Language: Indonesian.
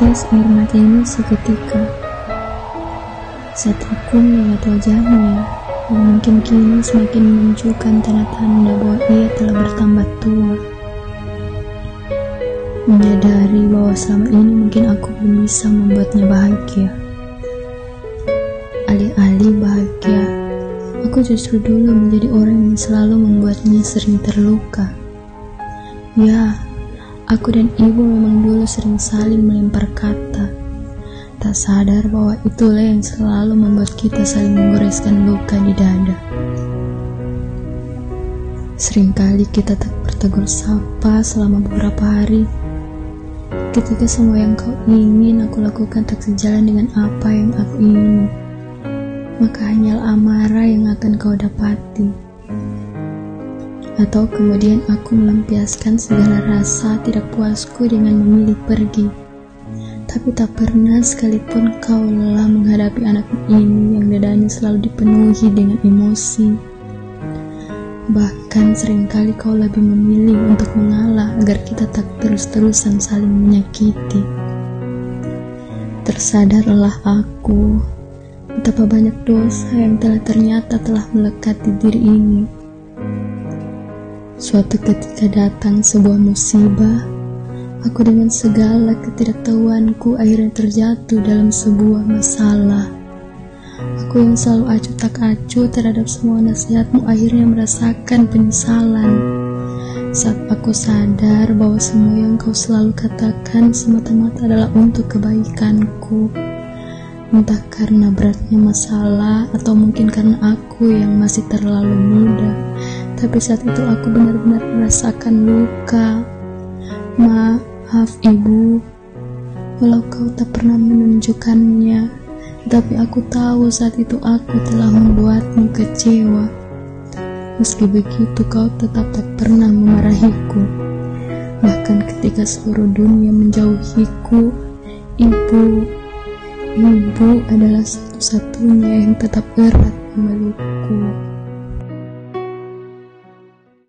Setetes air mata ini seketika saat aku melihat wajahnya yang mungkin kini semakin menunjukkan tanda-tanda bahwa ia telah bertambah tua. Menyadari bahwa selama ini mungkin aku belum bisa membuatnya bahagia. Alih-alih bahagia, aku justru dulu menjadi orang yang selalu membuatnya sering terluka. Ya, aku dan ibu memang dulu sering saling melempar kata, tak sadar bahwa itulah yang selalu membuat kita saling menggoreskan luka di dada. Seringkali kita tak bertegur sapa selama beberapa hari, ketika semua yang kau ingin aku lakukan tak sejalan dengan apa yang aku ingini, maka hanyalah amarah yang akan kau dapati. Atau kemudian aku melampiaskan segala rasa tidak puasku dengan memilih pergi. Tapi tak pernah sekalipun kau lelah menghadapi anak ini yang dadanya selalu dipenuhi dengan emosi. Bahkan seringkali kau lebih memilih untuk mengalah agar kita tak terus-terusan saling menyakiti. Tersadarlah aku betapa banyak dosa yang ternyata telah melekat di diri ini. Suatu ketika datang sebuah musibah, aku dengan segala ketidaktahuanku akhirnya terjatuh dalam sebuah masalah. Aku yang selalu acuh tak acuh terhadap semua nasihatmu akhirnya merasakan penyesalan saat aku sadar bahwa semua yang kau selalu katakan semata-mata adalah untuk kebaikanku. Entah karena beratnya masalah atau mungkin karena aku yang masih terlalu muda, tapi saat itu aku benar-benar merasakan luka. Maaf ibu, walau kau tak pernah menunjukkannya, tapi aku tahu saat itu aku telah membuatmu kecewa. Meski begitu kau tetap tak pernah memarahiku. Bahkan ketika seluruh dunia menjauhiku, ibu adalah satu-satunya yang tetap erat memelukku.